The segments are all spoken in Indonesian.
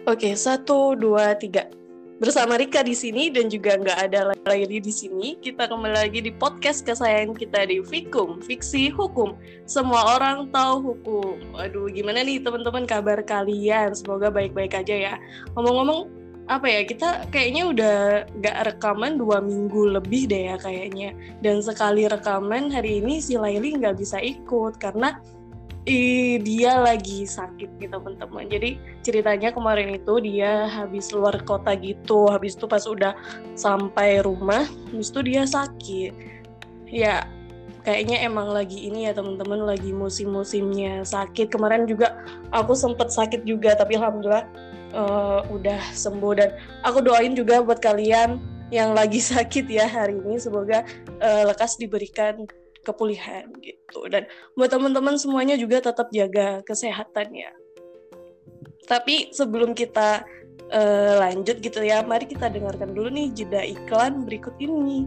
Oke, 1, 2, 3. Bersama Rika di sini dan juga nggak ada Laili di sini. Kita kembali lagi di podcast kesayangan kita di Fikum, Fiksi Hukum. Semua orang tahu hukum. Aduh, gimana nih teman-teman kabar kalian? Semoga baik-baik aja ya. Ngomong-ngomong, apa ya, kita kayaknya udah nggak rekaman 2 minggu lebih deh ya kayaknya. Dan sekali rekaman hari ini si Laili nggak bisa ikut karena dia lagi sakit nih teman-teman. Jadi ceritanya kemarin itu dia habis luar kota gitu. Habis itu pas udah sampai rumah, habis itu dia sakit. Ya kayaknya emang lagi ini ya teman-teman, lagi musim-musimnya sakit. Kemarin juga aku sempet sakit juga, tapi alhamdulillah udah sembuh. Dan aku doain juga buat kalian yang lagi sakit ya hari ini, semoga lekas diberikan kepulihan gitu. Dan buat teman-teman semuanya juga tetap jaga kesehatannya. Tapi sebelum kita lanjut gitu ya, mari kita dengarkan dulu nih jeda iklan berikut ini.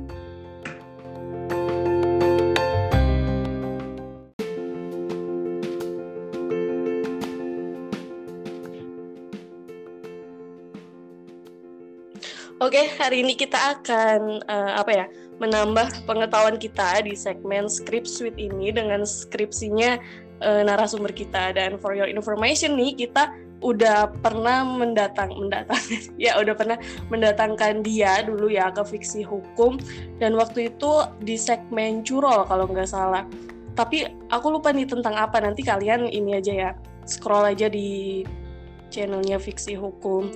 Oke, hari ini kita akan menambah pengetahuan kita di segmen Script Suite ini dengan skripsinya narasumber kita. Dan for your information nih, kita udah pernah mendatangkan dia dulu ya ke Fiksi Hukum, dan waktu itu di segmen Curol kalau nggak salah. Tapi aku lupa nih tentang apa, nanti kalian ini aja ya, scroll aja di channelnya Fiksi Hukum.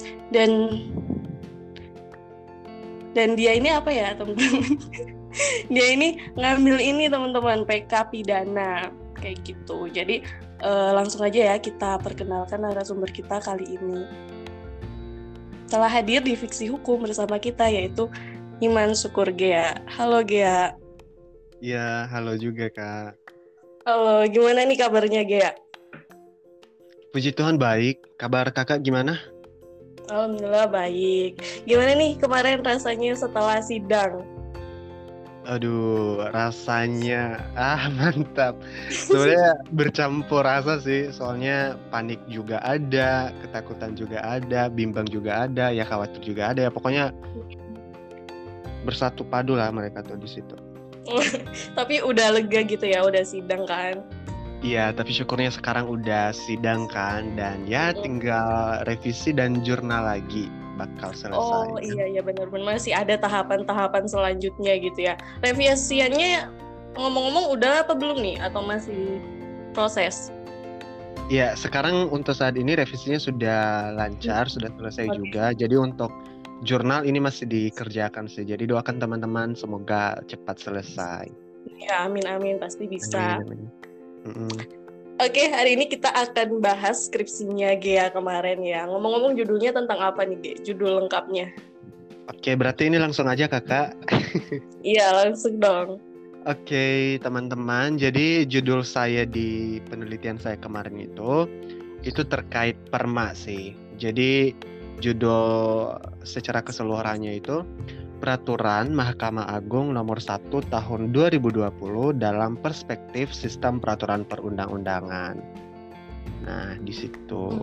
Dan dia ini apa ya teman-teman? Dia ini ngambil ini teman-teman, PK Pidana kayak gitu. Jadi langsung aja ya kita perkenalkan narasumber kita kali ini. Telah hadir di Fiksi Hukum bersama kita yaitu Iman Syukur Gea. Halo Gea. Ya, halo juga Kak. Halo, gimana nih kabarnya Gea? Puji Tuhan baik. Kabar Kakak gimana? Alhamdulillah baik. Gimana nih kemarin rasanya setelah sidang? Aduh, rasanya mantap. Sebenarnya bercampur rasa sih, soalnya panik juga ada, ketakutan juga ada, bimbang juga ada, ya khawatir juga ada, ya pokoknya bersatu padu lah mereka tuh di situ. Tapi udah lega gitu ya, udah sidang kan? Iya, tapi syukurnya sekarang udah sidang kan, dan ya tinggal revisi dan jurnal lagi bakal selesai. Oh iya benar-benar masih ada tahapan-tahapan selanjutnya gitu ya. Revisiannya ngomong-ngomong udah apa belum nih atau masih proses? Ya, sekarang untuk saat ini revisinya sudah lancar, sudah selesai juga. Jadi untuk jurnal ini masih dikerjakan sih. Jadi doakan teman-teman semoga cepat selesai. Ya, amin pasti bisa. Amin. Oke, hari ini kita akan bahas skripsinya Gea kemarin ya. Ngomong-ngomong judulnya tentang apa nih, Ge? Judul lengkapnya? Oke, berarti ini langsung aja Kakak. Iya, langsung dong. Oke, teman-teman. Jadi judul saya di penelitian saya kemarin itu terkait perma sih. Jadi judul secara keseluruhannya itu Peraturan Mahkamah Agung Nomor 1 Tahun 2020 dalam Perspektif Sistem Peraturan Perundang-undangan. Nah, di situ.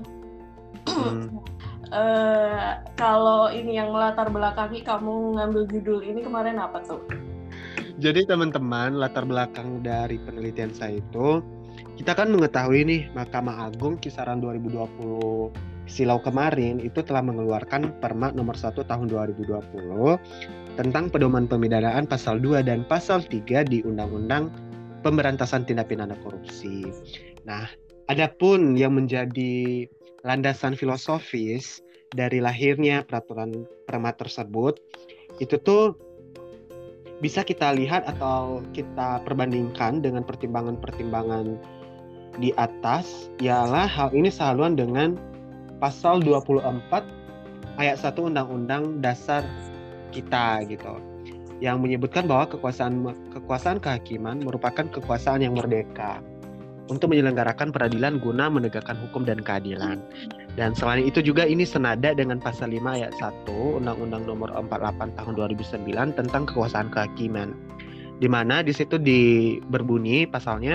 Kalau ini yang melatar belakangi kamu ngambil judul ini kemarin apa tuh? Jadi teman-teman, latar belakang dari penelitian saya itu, kita kan mengetahui nih Mahkamah Agung kisaran 2020 silau kemarin itu telah mengeluarkan Perma nomor 1 tahun 2020 tentang pedoman pemidanaan pasal 2 dan pasal 3 di Undang-Undang Pemberantasan Tindak Pidana Korupsi. Nah, adapun yang menjadi landasan filosofis dari lahirnya peraturan Perma tersebut itu tuh bisa kita lihat atau kita perbandingkan dengan pertimbangan-pertimbangan di atas, ialah hal ini sehaluan dengan pasal 24 ayat 1 Undang-Undang Dasar kita gitu, yang menyebutkan bahwa kekuasaan kehakiman merupakan kekuasaan yang merdeka untuk menyelenggarakan peradilan guna menegakkan hukum dan keadilan. Dan selain itu juga ini senada dengan pasal 5 ayat 1 Undang-Undang Nomor 48 tahun 2009 tentang kekuasaan kehakiman, di mana di situ berbunyi pasalnya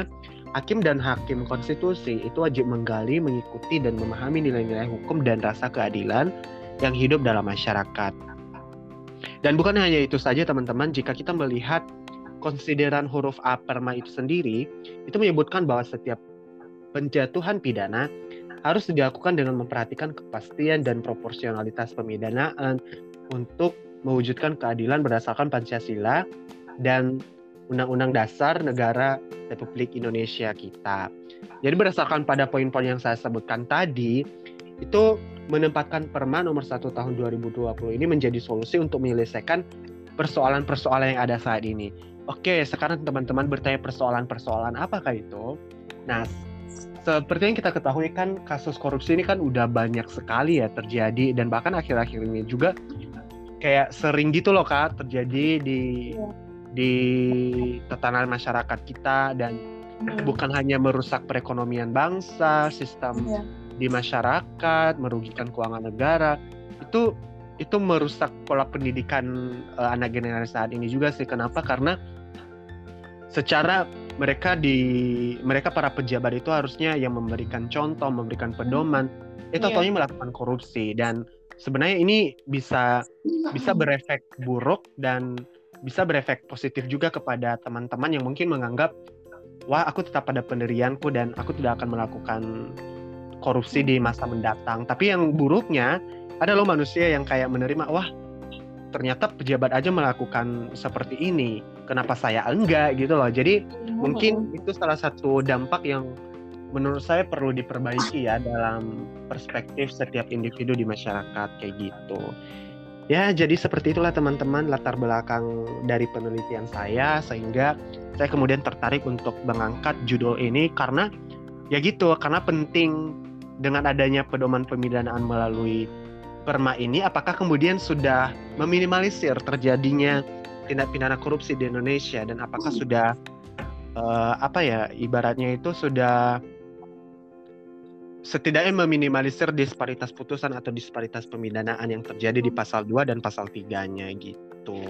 hakim dan hakim konstitusi itu wajib menggali, mengikuti, dan memahami nilai-nilai hukum dan rasa keadilan yang hidup dalam masyarakat. Dan bukan hanya itu saja teman-teman, jika kita melihat konsideran huruf A Perma itu sendiri, itu menyebutkan bahwa setiap penjatuhan pidana harus dilakukan dengan memperhatikan kepastian dan proporsionalitas pemidanaan untuk mewujudkan keadilan berdasarkan Pancasila dan Undang-Undang Dasar Negara Republik Indonesia kita. Jadi berdasarkan pada poin-poin yang saya sebutkan tadi, itu menempatkan Perma nomor 1 tahun 2020 ini menjadi solusi untuk menyelesaikan persoalan-persoalan yang ada saat ini. Oke, sekarang teman-teman bertanya persoalan-persoalan apakah itu? Nah, seperti yang kita ketahui kan kasus korupsi ini kan udah banyak sekali ya terjadi, dan bahkan akhir-akhir ini juga kayak sering gitu loh Kak terjadi di tatanan masyarakat kita, dan bukan hanya merusak perekonomian bangsa, sistem di masyarakat, merugikan keuangan negara, itu merusak pola pendidikan anak generasi saat ini juga sih. Kenapa? Karena secara mereka para pejabat itu harusnya yang memberikan contoh, memberikan pedoman, itu taunya melakukan korupsi, dan sebenarnya ini bisa berefek buruk dan bisa berefek positif juga kepada teman-teman yang mungkin menganggap, wah aku tetap pada pendirianku dan aku tidak akan melakukan korupsi di masa mendatang. Tapi yang buruknya ada loh manusia yang kayak menerima, wah ternyata pejabat aja melakukan seperti ini, kenapa saya enggak gitu loh. Jadi mungkin itu salah satu dampak yang menurut saya perlu diperbaiki ya dalam perspektif setiap individu di masyarakat kayak gitu. Ya, jadi seperti itulah teman-teman latar belakang dari penelitian saya, sehingga saya kemudian tertarik untuk mengangkat judul ini karena ya gitu, karena penting dengan adanya pedoman pemidanaan melalui Perma ini, apakah kemudian sudah meminimalisir terjadinya tindak pidana korupsi di Indonesia, dan apakah sudah ibaratnya itu sudah setidaknya meminimalisir disparitas putusan atau disparitas pemidanaan yang terjadi di pasal 2 dan pasal 3-nya gitu.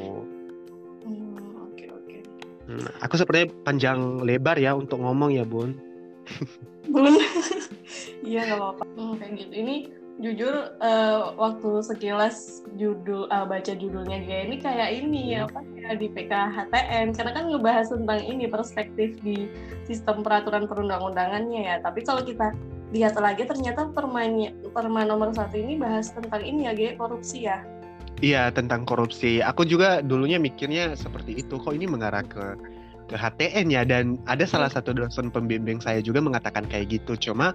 Oke. Aku sepertinya panjang lebar ya untuk ngomong ya, Bun. Bun. Iya, nggak apa-apa. Kayak gitu. Ini jujur waktu sekilas baca judulnya ini kayak ini kayak di PKHTN, karena kan ngebahas tentang ini perspektif di sistem peraturan perundang-undangannya ya. Tapi kalau kita lihat lagi ternyata Perma nomor 1 ini bahas tentang ini ya, korupsi ya. Iya, tentang korupsi. Aku juga dulunya mikirnya seperti itu, kok ini mengarah ke HTN ya, dan ada salah satu dosen pembimbing saya juga mengatakan kayak gitu. Cuma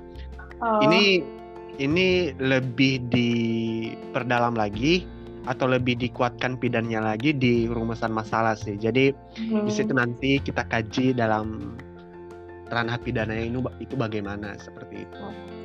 ini lebih diperdalam lagi atau lebih dikuatkan pidannya lagi di rumusan masalah sih. Jadi di situ nanti kita kaji dalam ranah pidananya itu bagaimana seperti itu.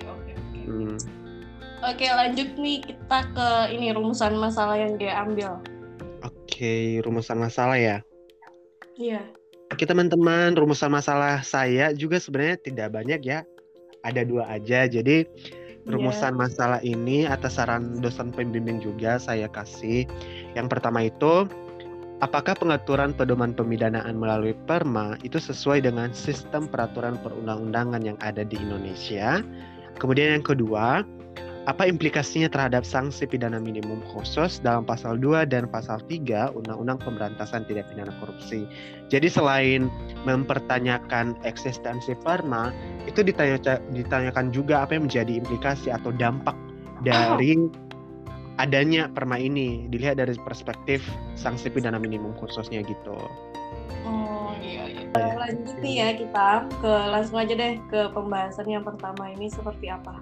Oke, lanjut nih kita ke ini rumusan masalah yang dia ambil. Oke, rumusan masalah ya. Iya. Oke teman-teman, rumusan masalah saya juga sebenarnya tidak banyak ya. Ada 2 aja. Jadi rumusan masalah ini atas saran dosen pembimbing juga saya kasih. Yang pertama itu, apakah pengaturan pedoman pemidanaan melalui Perma itu sesuai dengan sistem peraturan perundang-undangan yang ada di Indonesia? Kemudian yang kedua, apa implikasinya terhadap sanksi pidana minimum khusus dalam pasal 2 dan pasal 3 Undang-Undang Pemberantasan Tindak Pidana Korupsi? Jadi selain mempertanyakan eksistensi Perma, itu ditanyakan juga apa yang menjadi implikasi atau dampak dari adanya Perma ini, dilihat dari perspektif sanksi pidana minimum khususnya gitu. Iya. Lanjut nih ya, kita langsung aja deh ke pembahasan yang pertama ini seperti apa.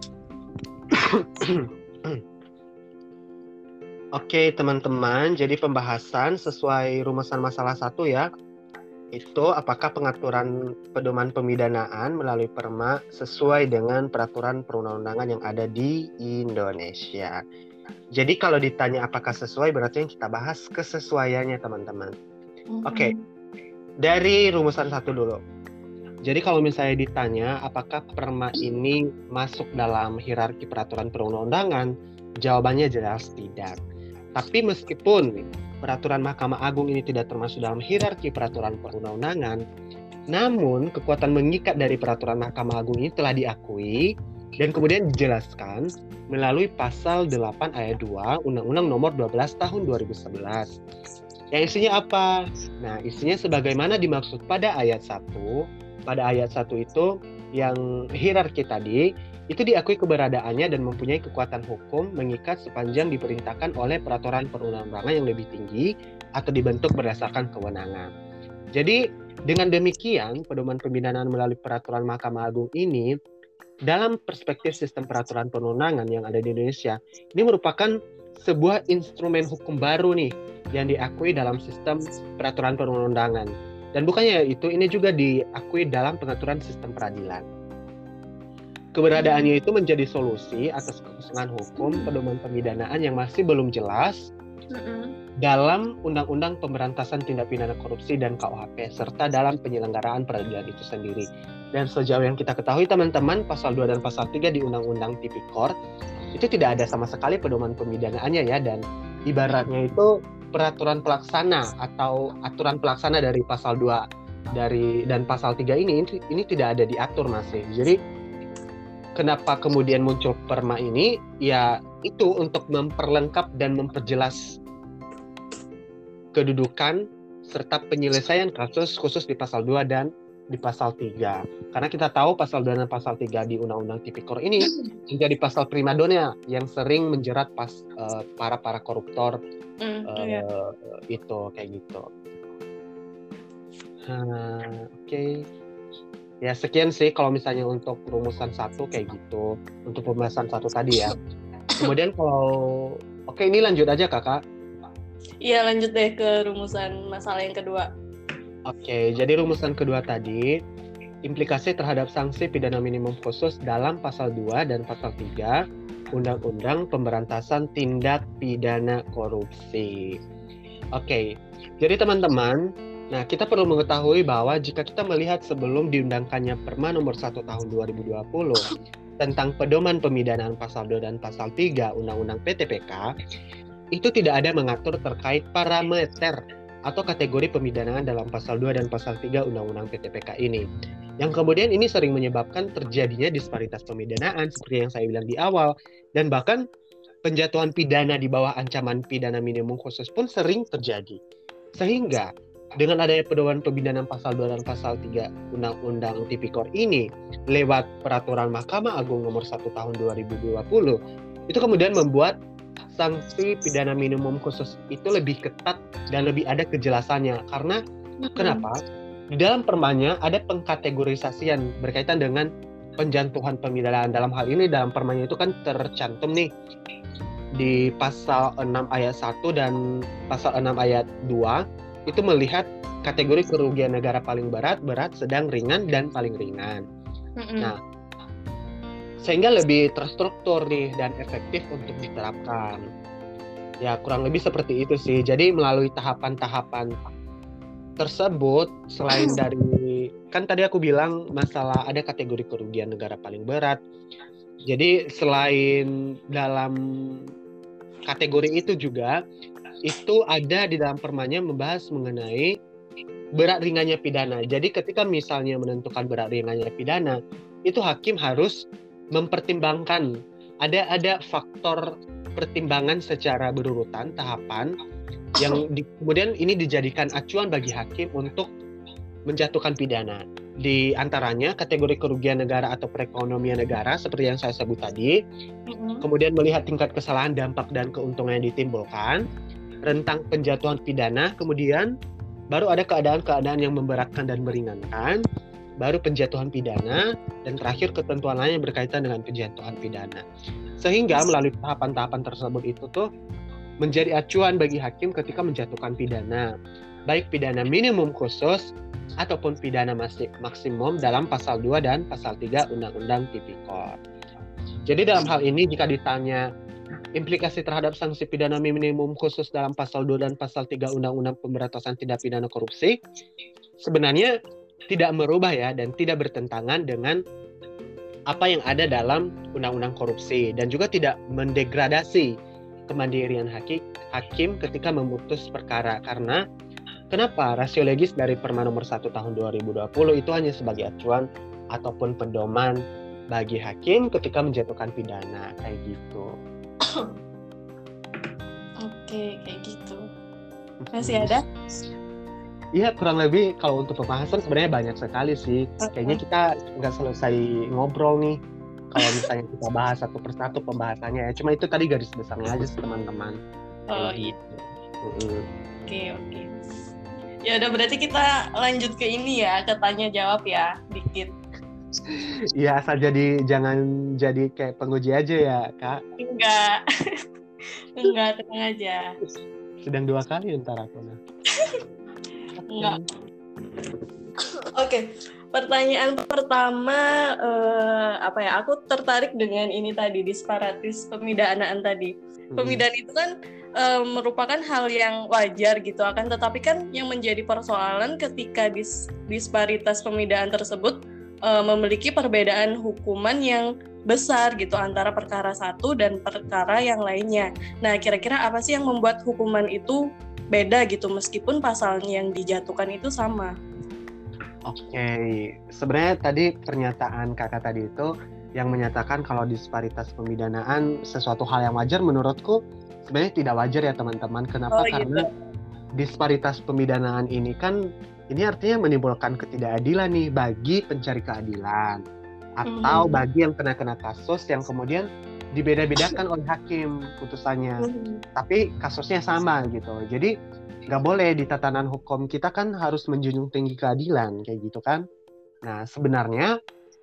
Oke teman-teman, jadi pembahasan sesuai rumusan masalah 1 ya. Itu apakah pengaturan pedoman pemidanaan melalui Perma sesuai dengan peraturan perundang-undangan yang ada di Indonesia. Jadi kalau ditanya apakah sesuai, berarti yang kita bahas kesesuaiannya teman-teman. Oke, dari rumusan 1 dulu. Jadi kalau misalnya ditanya apakah Perma ini masuk dalam hierarki peraturan perundang-undangan, jawabannya jelas tidak. Tapi meskipun peraturan Mahkamah Agung ini tidak termasuk dalam hierarki peraturan perundang-undangan, Namun, kekuatan mengikat dari peraturan Mahkamah Agung ini telah diakui dan kemudian dijelaskan melalui pasal 8 ayat 2 Undang-Undang Nomor 12 Tahun 2011. Yang isinya apa? Nah, isinya sebagaimana dimaksud pada ayat 1. Pada ayat 1 itu yang hierarki tadi, itu diakui keberadaannya dan mempunyai kekuatan hukum mengikat sepanjang diperintahkan oleh peraturan perundang-undangan yang lebih tinggi atau dibentuk berdasarkan kewenangan. Jadi, dengan demikian, pedoman pemidanaan melalui peraturan Mahkamah Agung ini, dalam perspektif sistem peraturan perundangan yang ada di Indonesia, ini merupakan sebuah instrumen hukum baru nih, yang diakui dalam sistem peraturan perundangan. Dan bukannya itu, ini juga diakui dalam pengaturan sistem peradilan. Keberadaannya itu menjadi solusi atas kekosongan hukum pedoman pemidanaan yang masih belum jelas dalam Undang-Undang Pemberantasan Tindak Pidana Korupsi dan KUHP, serta dalam penyelenggaraan peradilan itu sendiri. Dan sejauh yang kita ketahui teman-teman, pasal 2 dan pasal 3 di Undang-Undang Tipikor, itu tidak ada sama sekali pedoman pemidanaannya ya, dan ibaratnya itu peraturan pelaksana atau aturan pelaksana dari pasal 2 dan pasal 3 ini tidak ada diatur masih. Jadi kenapa kemudian muncul perma ini? Ya itu untuk memperlengkap dan memperjelas kedudukan serta penyelesaian kasus khusus di pasal 2 dan di pasal 3. Karena kita tahu pasal 2 dan pasal 3 di Undang-Undang Tipikor ini menjadi pasal primadona yang sering menjerat para koruptor itu kayak gitu. Oke. Ya sekian sih kalau misalnya untuk rumusan 1 kayak gitu, untuk pembahasan 1 tadi ya. Kemudian ini lanjut aja kakak. Iya, lanjut deh ke rumusan masalah yang kedua. Oke, jadi rumusan kedua tadi, implikasi terhadap sanksi pidana minimum khusus dalam pasal 2 dan pasal 3 Undang-Undang Pemberantasan Tindak Pidana Korupsi. Oke, jadi teman-teman, nah kita perlu mengetahui bahwa jika kita melihat sebelum diundangkannya Perma nomor 1 tahun 2020 tentang pedoman pemidanaan pasal 2 dan pasal 3 Undang-Undang PTPK, itu tidak ada mengatur terkait parameter atau kategori pemidanaan dalam pasal 2 dan pasal 3 Undang-Undang PTPK ini. Yang kemudian ini sering menyebabkan terjadinya disparitas pemidanaan seperti yang saya bilang di awal, dan bahkan penjatuhan pidana di bawah ancaman pidana minimum khusus pun sering terjadi. Sehingga dengan adanya pedoman pemidanaan pasal 2 dan pasal 3 Undang-Undang Tipikor ini lewat peraturan Mahkamah Agung nomor 1 tahun 2020, itu kemudian membuat sanksi pidana minimum khusus itu lebih ketat dan lebih ada kejelasannya. Karena kenapa? Di dalam permanya ada pengkategorisasian berkaitan dengan penjatuhan pemidanaan. Dalam hal ini dalam permanya itu kan tercantum nih di pasal 6 ayat 1 dan pasal 6 ayat 2 itu melihat kategori kerugian negara paling berat, sedang, ringan, dan paling ringan. Nah, sehingga lebih terstruktur nih dan efektif untuk diterapkan. Ya kurang lebih seperti itu sih. Jadi melalui tahapan-tahapan tersebut, selain dari, kan tadi aku bilang masalah ada kategori kerugian negara paling berat. Jadi selain dalam kategori itu juga, itu ada di dalam permanya membahas mengenai berat ringannya pidana. Jadi ketika misalnya menentukan berat ringannya pidana, itu hakim harus mempertimbangkan, ada faktor pertimbangan secara berurutan tahapan yang kemudian ini dijadikan acuan bagi hakim untuk menjatuhkan pidana. Di antaranya kategori kerugian negara atau perekonomian negara seperti yang saya sebut tadi, kemudian melihat tingkat kesalahan, dampak dan keuntungan yang ditimbulkan, rentang penjatuhan pidana, kemudian baru ada keadaan-keadaan yang memberatkan dan meringankan, baru penjatuhan pidana, dan terakhir ketentuan lain yang berkaitan dengan penjatuhan pidana. Sehingga melalui tahapan-tahapan tersebut itu tuh menjadi acuan bagi hakim ketika menjatuhkan pidana, baik pidana minimum khusus ataupun pidana maksimum dalam pasal 2 dan pasal 3 Undang-Undang Tipikor. Jadi dalam hal ini jika ditanya implikasi terhadap sanksi pidana minimum khusus dalam pasal 2 dan pasal 3 Undang-Undang Pemberantasan Tindak Pidana Korupsi, sebenarnya tidak merubah ya dan tidak bertentangan dengan apa yang ada dalam Undang-Undang Korupsi, dan juga tidak mendegradasi kemandirian hakim ketika memutus perkara, karena Kenapa? Rasio legis dari Perma nomor 1 tahun 2020 itu hanya sebagai acuan ataupun pedoman bagi hakim ketika menjatuhkan pidana, kayak gitu. Oke, kayak gitu. Masih ada? Iya, kurang lebih kalau untuk pembahasan sebenarnya banyak sekali sih. Kayaknya kita nggak selesai ngobrol nih kalau misalnya kita bahas satu persatu pembahasannya ya. Cuma itu tadi garis besarnya aja sih teman-teman. Oh iya. Oke. Ya udah, berarti kita lanjut ke ini ya, ke tanya jawab ya, dikit. Iya, asal jangan jadi kayak penguji aja ya, Kak. Enggak, tenang aja. Sedang 2 kali ntar aku nah. Enggak. Oke. Pertanyaan pertama, aku tertarik dengan ini tadi, disparatis pemidanaan tadi. Pemidanaan itu kan merupakan hal yang wajar gitu, akan tetapi kan yang menjadi persoalan ketika disparitas pemidanaan tersebut memiliki perbedaan hukuman yang besar gitu antara perkara satu dan perkara yang lainnya. Nah, kira-kira apa sih yang membuat hukuman itu beda gitu meskipun pasal yang dijatuhkan itu sama? Oke, sebenarnya tadi pernyataan kakak tadi itu yang menyatakan kalau disparitas pemidanaan sesuatu hal yang wajar, menurutku sebenarnya tidak wajar ya teman-teman. Kenapa? Karena disparitas pemidanaan ini kan ini artinya menimbulkan ketidakadilan nih bagi pencari keadilan atau bagi yang kena kasus yang kemudian dibeda-bedakan oleh hakim putusannya, tapi kasusnya sama gitu. Jadi nggak boleh, di tatanan hukum kita kan harus menjunjung tinggi keadilan kayak gitu kan. Nah sebenarnya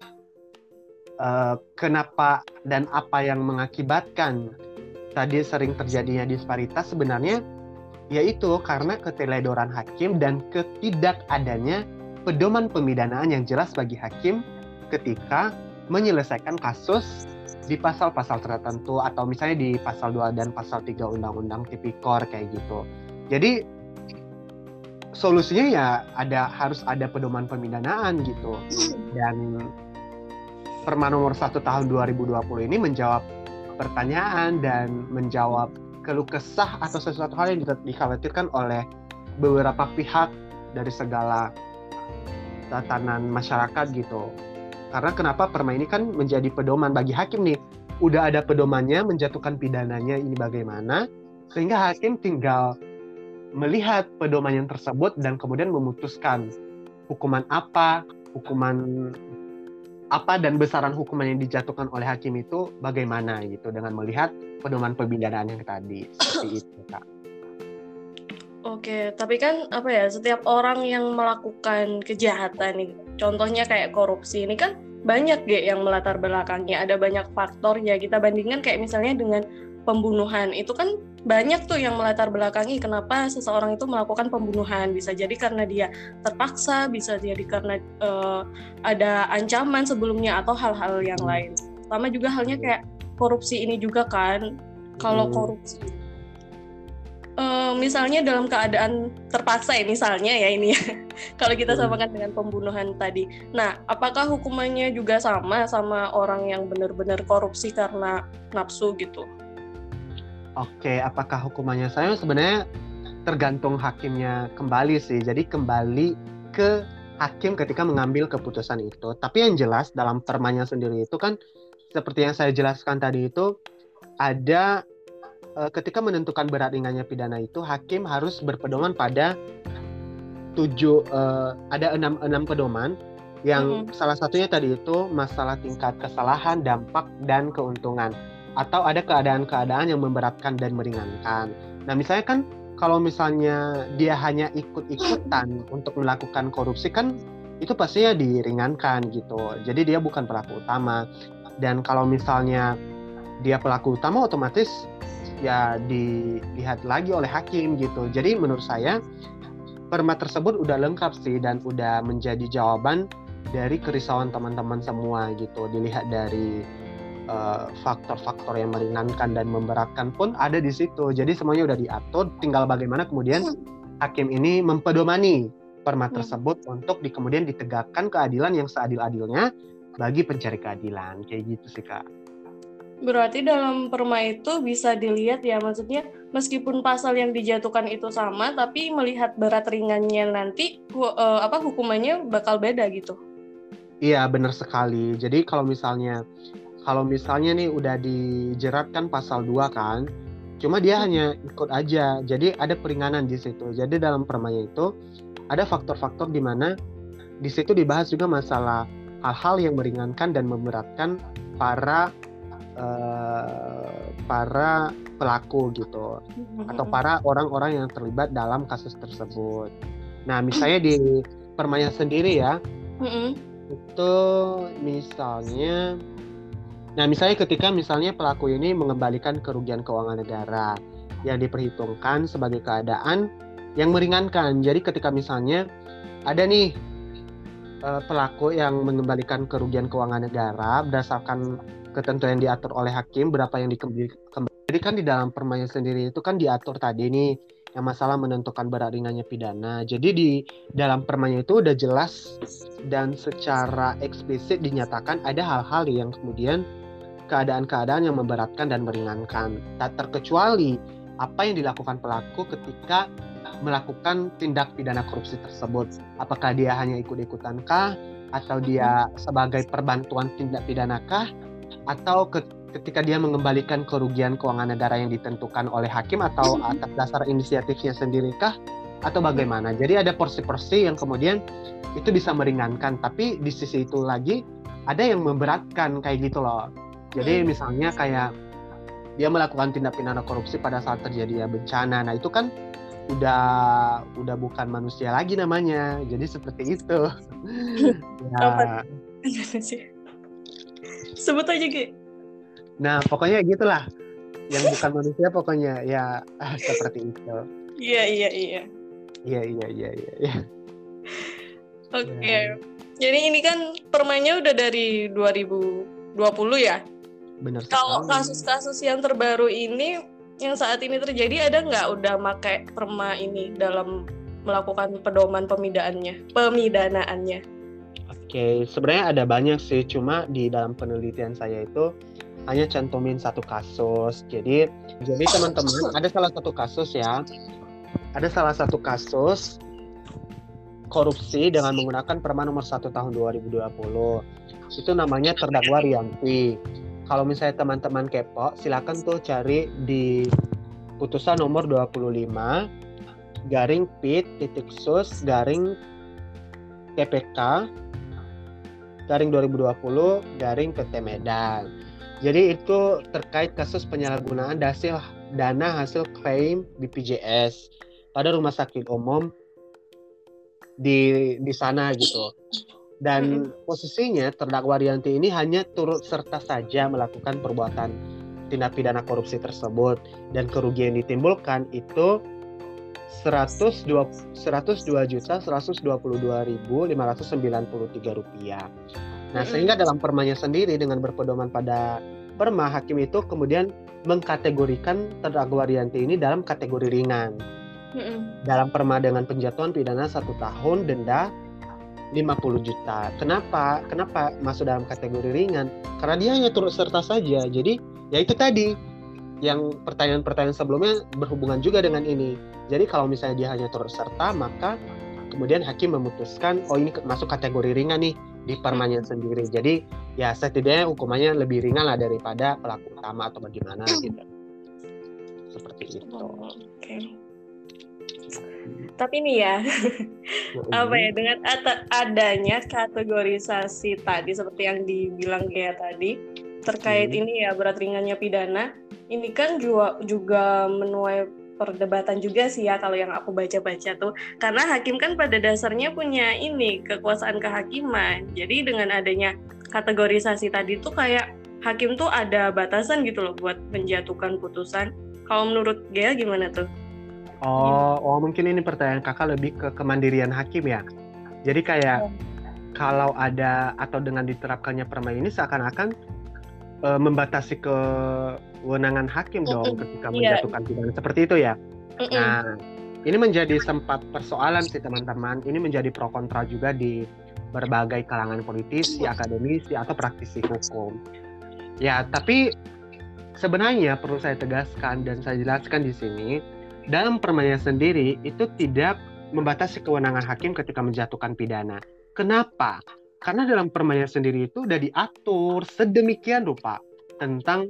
kenapa dan apa yang mengakibatkan tadi sering terjadinya disparitas sebenarnya yaitu karena keteledoran hakim dan ketidakadanya pedoman pemidanaan yang jelas bagi hakim ketika menyelesaikan kasus di pasal-pasal tertentu atau misalnya di pasal 2 dan pasal 3 Undang-Undang Tipikor kayak gitu. Jadi solusinya ya harus ada pedoman pemidanaan gitu. Dan Perma nomor 1 tahun 2020 ini menjawab pertanyaan dan menjawab keluh kesah atau sesuatu hal yang dikhawatirkan oleh beberapa pihak dari segala tatanan masyarakat gitu. Karena kenapa Perma ini kan menjadi pedoman bagi hakim nih. Udah ada pedomannya, menjatuhkan pidananya ini bagaimana, sehingga hakim tinggal melihat pedoman yang tersebut dan kemudian memutuskan hukuman apa dan besaran hukuman yang dijatuhkan oleh hakim itu bagaimana gitu dengan melihat pedoman pemidanaan yang tadi seperti itu, Kak. Oke, tapi kan setiap orang yang melakukan kejahatan nih, contohnya kayak korupsi ini kan banyak yang melatar belakangnya, ada banyak faktor ya. Kita bandingkan kayak misalnya dengan pembunuhan, itu kan banyak tuh yang melatar belakangi kenapa seseorang itu melakukan pembunuhan. Bisa jadi karena dia terpaksa, bisa jadi karena ada ancaman sebelumnya atau hal-hal yang lain. Sama juga halnya kayak korupsi ini juga kan. Kalau korupsi misalnya dalam keadaan terpaksa ya misalnya ya ini ya. Kalau kita samakan dengan pembunuhan tadi. Nah, apakah hukumannya juga sama orang yang benar-benar korupsi karena nafsu gitu? Oke, apakah hukumannya sama? Sebenarnya tergantung hakimnya kembali sih. Jadi kembali ke hakim ketika mengambil keputusan itu. Tapi yang jelas dalam permanya sendiri itu kan seperti yang saya jelaskan tadi itu ada ketika menentukan berat ringannya pidana itu hakim harus berpedoman pada 6 pedoman yang salah satunya tadi itu masalah tingkat kesalahan, dampak, dan keuntungan. Atau ada keadaan-keadaan yang memberatkan dan meringankan. Nah misalnya kan kalau misalnya dia hanya ikut-ikutan untuk melakukan korupsi kan itu pastinya diringankan gitu. Jadi dia bukan pelaku utama. Dan kalau misalnya dia pelaku utama otomatis ya dilihat lagi oleh hakim gitu. Jadi menurut saya perma tersebut udah lengkap sih dan udah menjadi jawaban dari kerisauan teman-teman semua gitu. Dilihat dari faktor-faktor yang meringankan dan memberatkan pun ada di situ. Jadi semuanya udah diatur, tinggal bagaimana kemudian hakim ini mempedomani perma tersebut untuk kemudian ditegakkan keadilan yang seadil-adilnya bagi pencari keadilan. Kayak gitu sih, Kak. Berarti dalam perma itu bisa dilihat ya, maksudnya meskipun pasal yang dijatuhkan itu sama, tapi melihat berat ringannya nanti hukumannya bakal beda gitu. Iya, benar sekali. Jadi kalau misalnya nih udah dijerat kan pasal 2 kan, cuma dia hanya ikut aja. Jadi ada peringanan di situ. Jadi dalam permanya itu ada faktor-faktor di mana di situ dibahas juga masalah hal-hal yang meringankan dan memberatkan para pelaku gitu, atau para orang-orang yang terlibat dalam kasus tersebut. Nah, misalnya di permanya sendiri ya, itu misalnya ketika misalnya pelaku ini mengembalikan kerugian keuangan negara yang diperhitungkan sebagai keadaan yang meringankan. Jadi ketika misalnya ada nih pelaku yang mengembalikan kerugian keuangan negara berdasarkan ketentuan yang diatur oleh hakim berapa yang dikembalikan. Jadi kan di dalam permanya sendiri itu kan diatur tadi nih yang masalah menentukan berat ringannya pidana. Jadi di dalam permanya itu udah jelas dan secara eksplisit dinyatakan ada hal-hal yang kemudian keadaan-keadaan yang memberatkan dan meringankan. Tak terkecuali apa yang dilakukan pelaku ketika melakukan tindak pidana korupsi tersebut. Apakah dia hanya ikut-ikutan kah? Atau dia sebagai perbantuan tindak pidana kah? Atau ketika dia mengembalikan kerugian keuangan negara yang ditentukan oleh hakim atau atas dasar inisiatifnya sendiri kah? Atau bagaimana? Jadi ada porsi-porsi yang kemudian itu bisa meringankan. Tapi di sisi itu lagi ada yang memberatkan kayak gitu loh. Jadi misalnya kayak dia melakukan tindak pidana korupsi pada saat terjadi bencana. Nah itu kan udah bukan manusia lagi namanya. Jadi seperti itu. Ya. Sebut aja Ki. Nah pokoknya gitulah. Yang bukan manusia pokoknya ya seperti itu. Iya. Oke. Jadi ini kan permanya udah dari 2020 ya. Benar sekali. Kalau kasus-kasus yang terbaru ini yang saat ini terjadi ada nggak udah pakai perma ini dalam melakukan pedoman pemidanaannya? Oke, sebenarnya ada banyak sih, cuma di dalam penelitian saya itu hanya cantumin satu kasus. Jadi teman-teman ada salah satu kasus ya. Ada salah satu kasus korupsi dengan menggunakan Perma nomor 1 tahun 2020. Itu namanya terdakwa Rianti. Kalau misalnya teman-teman kepo, silakan tuh cari di putusan nomor 25 garing pit.sus garing TPK garing 2020 garing PT Medan. Jadi itu terkait kasus penyalahgunaan dana hasil klaim BPJS pada rumah sakit umum di sana gitu. Dan posisinya terdakwa Rianti ini hanya turut serta saja melakukan perbuatan tindak pidana korupsi tersebut, dan kerugian yang ditimbulkan itu 102.122.593 rupiah. Nah, sehingga dalam permanya sendiri dengan berpedoman pada perma, hakim itu kemudian mengkategorikan terdakwa Rianti ini dalam kategori ringan. Dalam perma dengan penjatuhan pidana 1 tahun, denda 50 juta. Kenapa masuk dalam kategori ringan? Karena dia hanya turut serta saja. Jadi ya itu tadi yang pertanyaan-pertanyaan sebelumnya berhubungan juga dengan ini. Jadi kalau misalnya dia hanya turut serta, maka kemudian hakim memutuskan ini masuk kategori ringan nih di permanya sendiri. Jadi ya setidaknya hukumannya lebih ringan lah daripada pelaku utama atau bagaimana gitu. Seperti itu. Okay. Tapi nih ya, dengan adanya kategorisasi tadi seperti yang dibilang kayak tadi terkait ini ya berat ringannya pidana, ini kan juga menuai perdebatan juga sih ya kalau yang aku baca-baca tuh, karena hakim kan pada dasarnya punya ini kekuasaan kehakiman. Jadi dengan adanya kategorisasi tadi tuh kayak hakim tuh ada batasan gitu loh buat menjatuhkan putusan. Kalau menurut Gea gimana tuh? Oh, mungkin ini pertanyaan kakak lebih ke kemandirian hakim ya. Jadi kayak kalau ada atau dengan diterapkannya perma ini seakan-akan membatasi kewenangan hakim dong ketika menjatuhkan pidana seperti itu ya. Nah, ini menjadi sempat persoalan sih teman-teman. Ini menjadi pro kontra juga di berbagai kalangan politisi, akademisi atau praktisi hukum. Ya, tapi sebenarnya perlu saya tegaskan dan saya jelaskan di sini, dalam permanya sendiri itu tidak membatasi kewenangan hakim ketika menjatuhkan pidana. Kenapa? Karena dalam permanya sendiri itu udah diatur sedemikian rupa tentang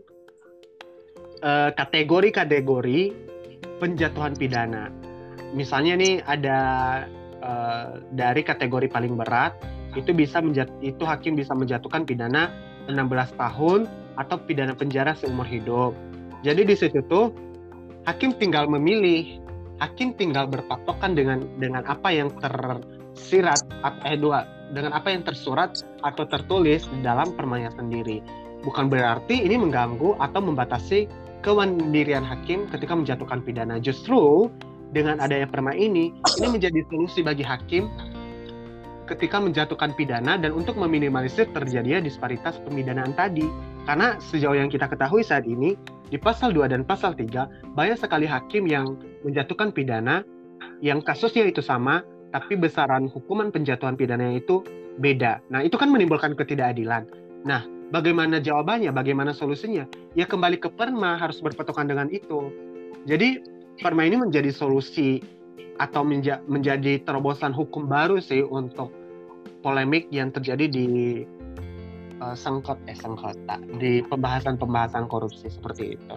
kategori-kategori penjatuhan pidana. Misalnya nih ada dari kategori paling berat itu hakim bisa menjatuhkan pidana 16 tahun atau pidana penjara seumur hidup. Jadi di situ tuh hakim tinggal memilih, hakim tinggal berpatokan dengan apa yang tersirat dengan apa yang tersurat atau tertulis di dalam permanya sendiri. Bukan berarti ini mengganggu atau membatasi kemandirian hakim ketika menjatuhkan pidana. Justru dengan adanya perma ini menjadi solusi bagi hakim ketika menjatuhkan pidana dan untuk meminimalisir terjadinya disparitas pemidanaan tadi. Karena sejauh yang kita ketahui saat ini, di pasal 2 dan pasal 3, banyak sekali hakim yang menjatuhkan pidana yang kasusnya itu sama, tapi besaran hukuman penjatuhan pidananya itu beda. Nah, itu kan menimbulkan ketidakadilan. Nah, bagaimana jawabannya? Bagaimana solusinya? Ya kembali ke perma, harus berpatokan dengan itu. Jadi, perma ini menjadi solusi atau menjadi terobosan hukum baru sih untuk polemik yang terjadi di di pembahasan korupsi seperti itu.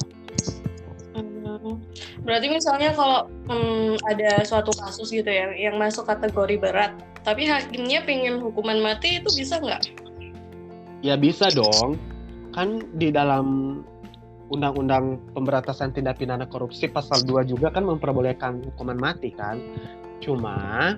Berarti misalnya kalau ada suatu kasus gitu ya yang masuk kategori berat, tapi hakimnya pengen hukuman mati, itu bisa nggak? Ya bisa dong, kan di dalam Undang-Undang Pemberantasan Tindak Pidana Korupsi pasal 2 juga kan memperbolehkan hukuman mati kan. Cuma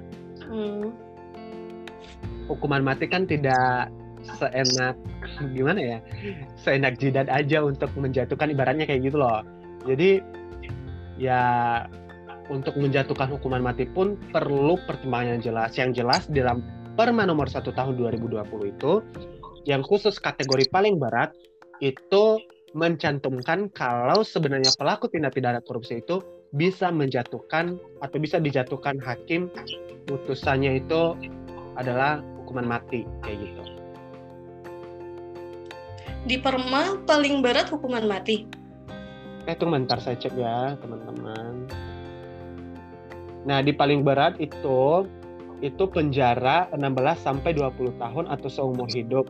hukuman mati kan tidak seenak gimana ya? Seenak jidat aja untuk menjatuhkan, ibaratnya kayak gitu loh. Jadi ya untuk menjatuhkan hukuman mati pun perlu pertimbangan yang jelas. Yang jelas dalam Perma nomor 1 tahun 2020 itu yang khusus kategori paling berat itu mencantumkan kalau sebenarnya pelaku tindak pidana korupsi itu bisa menjatuhkan atau bisa dijatuhkan hakim putusannya itu adalah hukuman mati kayak gitu. Di Perma paling berat hukuman mati. Tunggu bentar saya cek ya teman-teman. Nah, di paling berat itu penjara 16 sampai 20 tahun atau seumur hidup.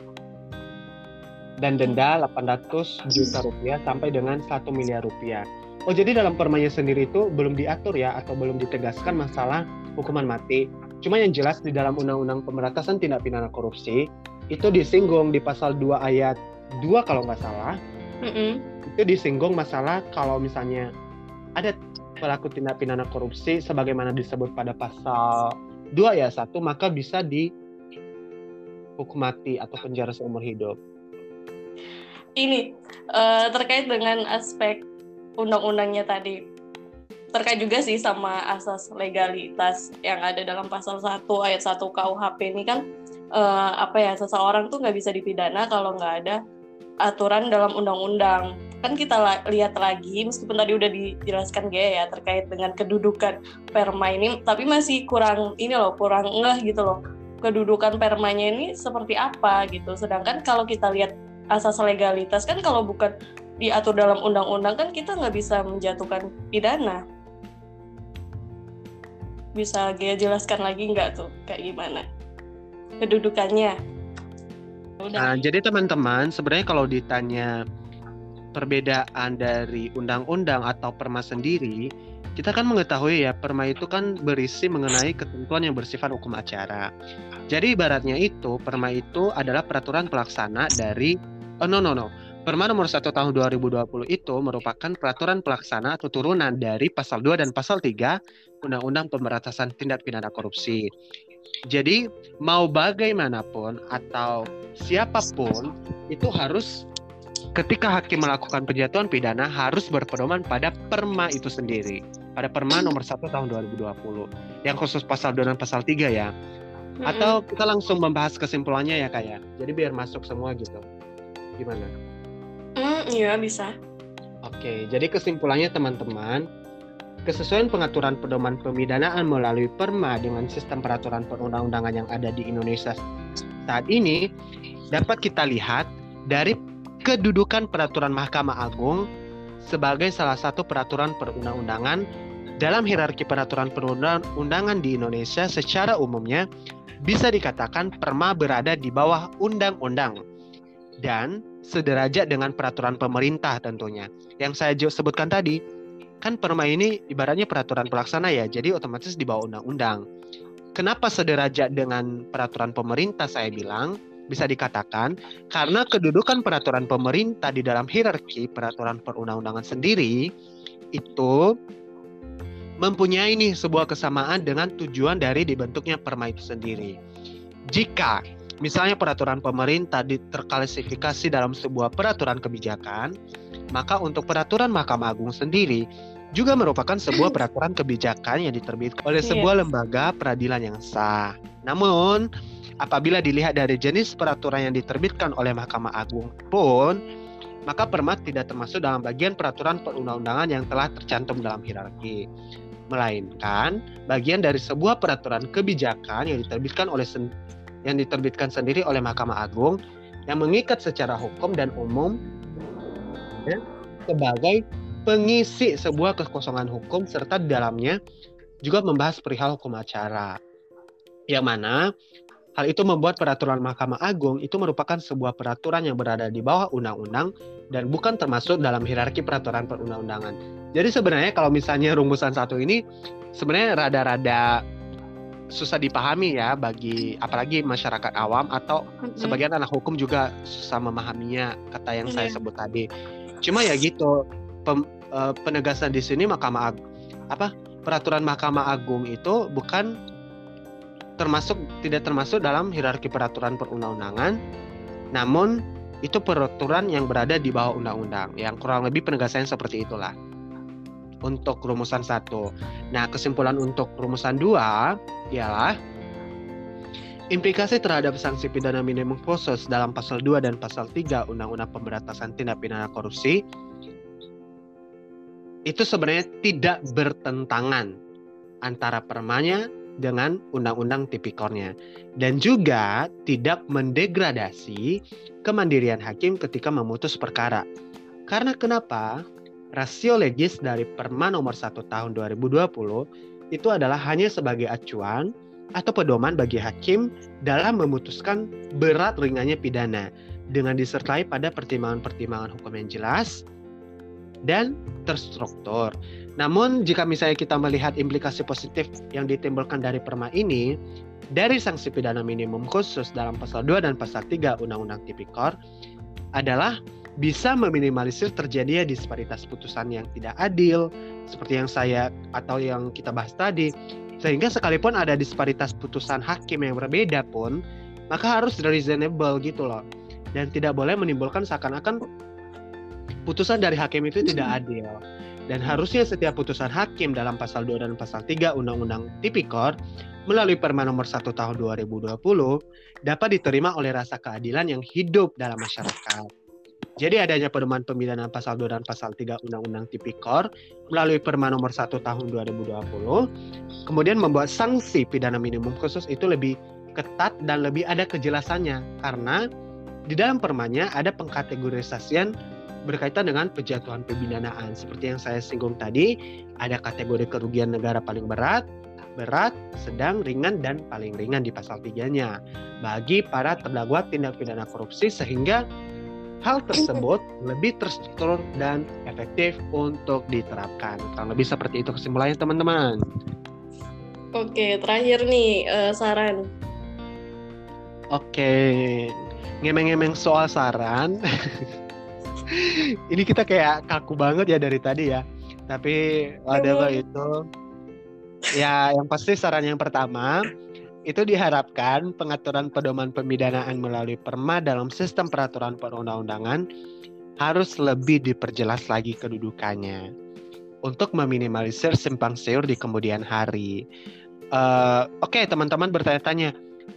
Dan denda 800 juta rupiah sampai dengan 1 miliar rupiah. Oh, jadi dalam permanya sendiri itu belum diatur ya atau belum ditegaskan masalah hukuman mati. Cuma yang jelas di dalam Undang-Undang Pemberantasan Tindak Pidana Korupsi itu disinggung di pasal 2 ayat 2 kalau nggak salah. Itu disinggung masalah kalau misalnya ada pelaku tindak pidana korupsi sebagaimana disebut pada pasal 2 ya 1, maka bisa dihukum mati atau penjara seumur hidup. Ini terkait dengan aspek undang-undangnya tadi, terkait juga sih sama asas legalitas yang ada dalam pasal 1 ayat 1 KUHP ini kan seseorang tuh nggak bisa dipidana kalau nggak ada aturan dalam undang-undang. Kan kita lihat lagi, meskipun tadi udah dijelaskan ya terkait dengan kedudukan perma ini, tapi masih kurang ngeh gitu loh, kedudukan permanya ini seperti apa gitu. Sedangkan kalau kita lihat asas legalitas kan kalau bukan diatur dalam undang-undang kan kita nggak bisa menjatuhkan pidana. Bisa jelaskan lagi nggak tuh kayak gimana kedudukannya? Nah, jadi teman-teman sebenarnya kalau ditanya perbedaan dari undang-undang atau perma sendiri, kita kan mengetahui ya perma itu kan berisi mengenai ketentuan yang bersifat hukum acara. Jadi ibaratnya itu perma itu adalah peraturan pelaksana dari Perma nomor 1 tahun 2020 itu merupakan peraturan pelaksana atau turunan dari pasal 2 dan pasal 3 Undang-Undang Pemberantasan Tindak Pidana Korupsi. Jadi mau bagaimanapun atau siapapun itu harus ketika hakim melakukan penjatuhan pidana harus berpedoman pada perma itu sendiri. Pada perma nomor 1 tahun 2020 yang khusus pasal 2 dan pasal 3 ya. Atau kita langsung membahas kesimpulannya ya kayak. Jadi biar masuk semua gitu. Gimana? Iya bisa. Oke, jadi kesimpulannya teman-teman, kesesuaian pengaturan pedoman pemidanaan melalui perma dengan sistem peraturan perundang-undangan yang ada di Indonesia saat ini dapat kita lihat dari kedudukan peraturan Mahkamah Agung sebagai salah satu peraturan perundang-undangan dalam hierarki peraturan perundang-undangan di Indonesia. Secara umumnya bisa dikatakan Perma berada di bawah undang-undang dan sederajat dengan peraturan pemerintah tentunya. Yang saya sebutkan tadi, kan Perma ini ibaratnya peraturan pelaksana ya, jadi otomatis di bawah undang-undang. Kenapa sederajat dengan peraturan pemerintah saya bilang? Bisa dikatakan karena kedudukan peraturan pemerintah di dalam hierarki peraturan perundang-undangan sendiri itu mempunyai sebuah kesamaan dengan tujuan dari dibentuknya Perma itu sendiri. Jika misalnya peraturan pemerintah terklasifikasi dalam sebuah peraturan kebijakan, maka untuk peraturan Mahkamah Agung sendiri juga merupakan sebuah peraturan kebijakan yang diterbitkan oleh sebuah lembaga peradilan yang sah. Namun, apabila dilihat dari jenis peraturan yang diterbitkan oleh Mahkamah Agung pun, maka Perma tidak termasuk dalam bagian peraturan perundang-undangan yang telah tercantum dalam hierarki, melainkan bagian dari sebuah peraturan kebijakan yang diterbitkan sendiri oleh Mahkamah Agung yang mengikat secara hukum dan umum ya, sebagai pengisi sebuah kekosongan hukum serta di dalamnya juga membahas perihal hukum acara. Yang mana hal itu membuat peraturan Mahkamah Agung itu merupakan sebuah peraturan yang berada di bawah undang-undang dan bukan termasuk dalam hierarki peraturan perundang-undangan. Jadi sebenarnya kalau misalnya rumusan satu ini sebenarnya rada-rada susah dipahami ya bagi apalagi masyarakat awam atau sebagian anak hukum juga susah memahaminya kata yang saya sebut tadi. Cuma ya gitu, penegasan di sini peraturan Mahkamah Agung itu tidak termasuk dalam hierarki peraturan perundang-undangan, namun itu peraturan yang berada di bawah undang-undang. Yang kurang lebih penegasannya seperti itulah untuk rumusan 1. Nah, kesimpulan untuk rumusan 2 ialah implikasi terhadap sanksi pidana minimum khusus dalam pasal 2 dan pasal 3 Undang-Undang Pemberantasan Tindak Pidana Korupsi itu sebenarnya tidak bertentangan antara permanya dengan undang-undang tipikornya dan juga tidak mendegradasi kemandirian hakim ketika memutus perkara. Karena kenapa? Rasio legis dari Perma nomor 1 tahun 2020 itu adalah hanya sebagai acuan atau pedoman bagi hakim dalam memutuskan berat ringannya pidana dengan disertai pada pertimbangan-pertimbangan hukum yang jelas dan terstruktur. Namun jika misalnya kita melihat implikasi positif yang ditimbulkan dari Perma ini dari sanksi pidana minimum khusus dalam pasal 2 dan pasal 3 Undang-Undang Tipikor adalah bisa meminimalisir terjadinya disparitas putusan yang tidak adil seperti yang kita bahas tadi, sehingga sekalipun ada disparitas putusan hakim yang berbeda pun maka harus reasonable gitu loh, dan tidak boleh menimbulkan seakan-akan putusan dari hakim itu tidak adil. Dan harusnya setiap putusan hakim dalam pasal 2 dan pasal 3 Undang-Undang Tipikor melalui Perma nomor 1 tahun 2020 dapat diterima oleh rasa keadilan yang hidup dalam masyarakat. Jadi adanya pedoman pemidanaan pasal 2 dan pasal 3 Undang-Undang Tipikor melalui Perma nomor 1 tahun 2020 kemudian membuat sanksi pidana minimum khusus itu lebih ketat dan lebih ada kejelasannya, karena di dalam permanya ada pengkategorisasian berkaitan dengan penjatuhan pemidanaan. Seperti yang saya singgung tadi, ada kategori kerugian negara paling berat, sedang, ringan, dan paling ringan di pasal 3-nya bagi para terdakwa tindak pidana korupsi, sehingga hal tersebut lebih terstruktur dan efektif untuk diterapkan. Kurang lebih seperti itu kesimpulannya teman-teman. Oke, terakhir nih saran. Oke, ngemeng-ngemeng soal saran. Ini kita kayak kaku banget ya dari tadi ya. Tapi whatever itu. Ya, yang pasti saran yang pertama itu diharapkan pengaturan pedoman pemidanaan melalui Perma dalam sistem peraturan perundang-undangan harus lebih diperjelas lagi kedudukannya untuk meminimalisir simpang siur di kemudian hari. Oke, teman-teman bertanya-tanya,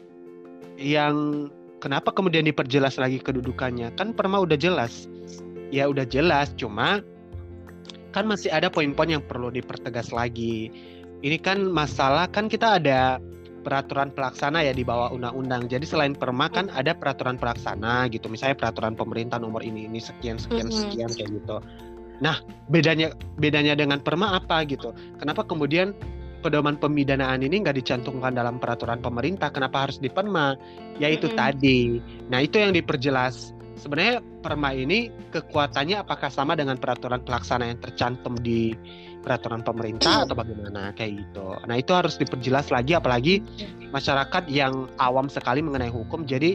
yang kenapa kemudian diperjelas lagi kedudukannya? Kan Perma udah jelas. Ya udah jelas, cuma kan masih ada poin-poin yang perlu dipertegas lagi. Ini kan masalah, kan kita ada peraturan pelaksana ya di bawah undang-undang. Jadi selain perma kan ada peraturan pelaksana gitu. Misalnya peraturan pemerintah nomor ini sekian kayak gitu. Nah, bedanya dengan perma apa gitu? Kenapa kemudian pedoman pemidanaan ini nggak dicantumkan dalam peraturan pemerintah? Kenapa harus di perma? Yaitu tadi. Nah, itu yang diperjelas. Sebenarnya perma ini kekuatannya apakah sama dengan peraturan pelaksana yang tercantum di peraturan pemerintah atau bagaimana kayak gitu. Nah, itu harus diperjelas lagi, apalagi masyarakat yang awam sekali mengenai hukum, jadi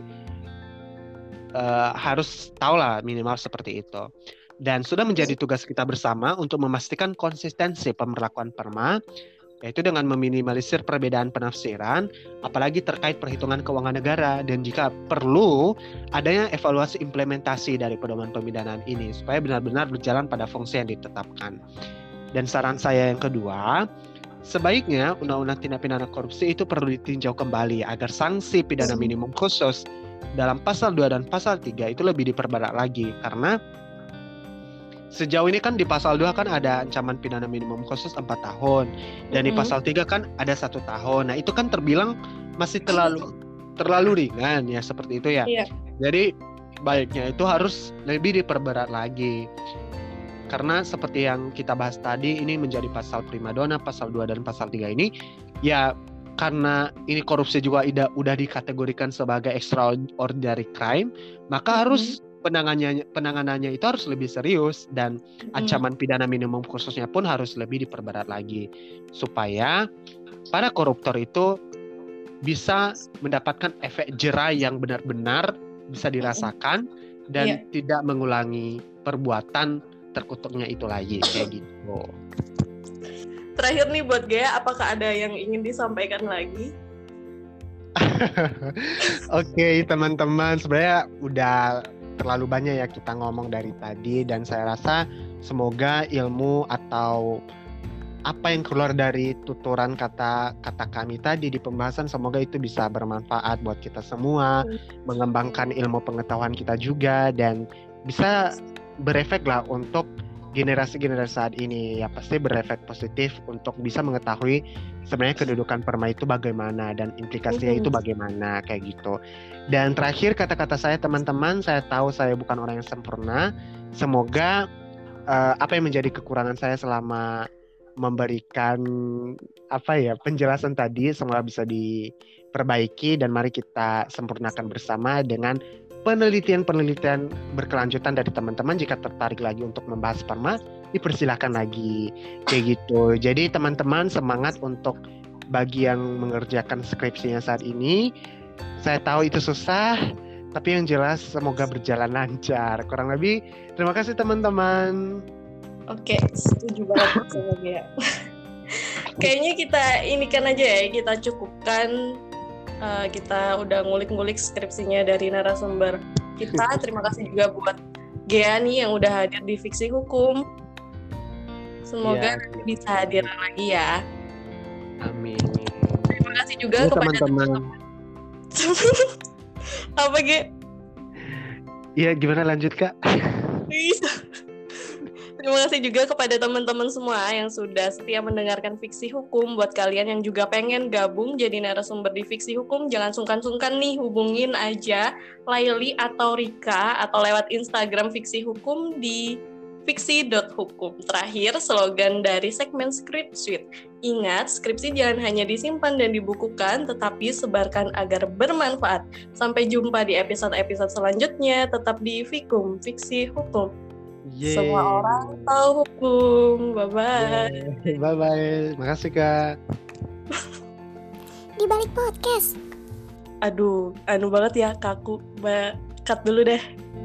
harus tahu lah minimal seperti itu. Dan sudah menjadi tugas kita bersama untuk memastikan konsistensi pemberlakuan perma, yaitu dengan meminimalisir perbedaan penafsiran, apalagi terkait perhitungan keuangan negara, dan jika perlu adanya evaluasi implementasi dari pedoman pemidanaan ini supaya benar-benar berjalan pada fungsi yang ditetapkan. Dan saran saya yang kedua, sebaiknya Undang-Undang Tindak Pidana Korupsi itu perlu ditinjau kembali agar sanksi pidana minimum khusus dalam pasal 2 dan pasal 3 itu lebih diperberat lagi, karena sejauh ini kan di pasal 2 kan ada ancaman pidana minimum khusus 4 tahun dan di pasal 3 kan ada 1 tahun. Nah, itu kan terbilang masih terlalu ringan ya, seperti itu ya. Iya. Jadi baiknya itu harus lebih diperberat lagi. Karena seperti yang kita bahas tadi, ini menjadi pasal primadona, pasal 2 dan pasal 3 ini ya, karena ini korupsi juga udah dikategorikan sebagai extraordinary crime, maka harus penanganannya itu harus lebih serius, dan ancaman pidana minimum khususnya pun harus lebih diperberat lagi supaya para koruptor itu bisa mendapatkan efek jera yang benar-benar bisa dirasakan dan tidak mengulangi perbuatan terkutuknya itu lagi kayak gitu. Terakhir nih buat Gea, apakah ada yang ingin disampaikan lagi? Oke, teman-teman, sebenarnya udah terlalu banyak ya kita ngomong dari tadi, dan saya rasa semoga ilmu atau apa yang keluar dari tuturan kata-kata kami tadi di pembahasan, semoga itu bisa bermanfaat buat kita semua, mengembangkan ilmu pengetahuan kita juga, dan bisa berefek lah untuk generasi-generasi saat ini. Ya pasti berefek positif untuk bisa mengetahui sebenarnya kedudukan perma itu bagaimana dan implikasinya itu bagaimana kayak gitu. Dan terakhir kata-kata saya, teman-teman, saya tahu saya bukan orang yang sempurna. Semoga apa yang menjadi kekurangan saya selama memberikan penjelasan tadi semoga bisa diperbaiki, dan mari kita sempurnakan bersama dengan penelitian berkelanjutan dari teman-teman. Jika tertarik lagi untuk membahas perma, dipersilakan lagi kayak gitu. Jadi teman-teman semangat untuk bagi yang mengerjakan skripsinya saat ini. Saya tahu itu susah, tapi yang jelas semoga berjalan lancar. Kurang lebih terima kasih teman-teman. Oke, setuju banget sama dia. Kayaknya kita inikan aja ya, kita cukupkan. Kita udah ngulik-ngulik skripsinya dari narasumber kita. Terima kasih juga buat Gea nih yang udah hadir di Fiksi Hukum. Semoga bisa hadir lagi ya. Amin. Terima kasih juga kepada teman-teman. Apa Ge? Iya, gimana lanjut Kak? Terima kasih juga kepada teman-teman semua yang sudah setia mendengarkan Fiksi Hukum. Buat kalian yang juga pengen gabung jadi narasumber di Fiksi Hukum, jangan sungkan-sungkan nih, hubungin aja Laili atau Rika atau lewat Instagram Fiksi Hukum di fiksi.hukum. Terakhir, slogan dari segmen Script Suite. Ingat, skripsi jangan hanya disimpan dan dibukukan, tetapi sebarkan agar bermanfaat. Sampai jumpa di episode-episode selanjutnya. Tetap di Fikum, Fiksi Hukum. Yeay. Semua orang tahu hukum. Bye-bye. Bye-bye. Makasih Kak. Di balik podcast. Aduh, anu banget ya kaku. Cut dulu deh.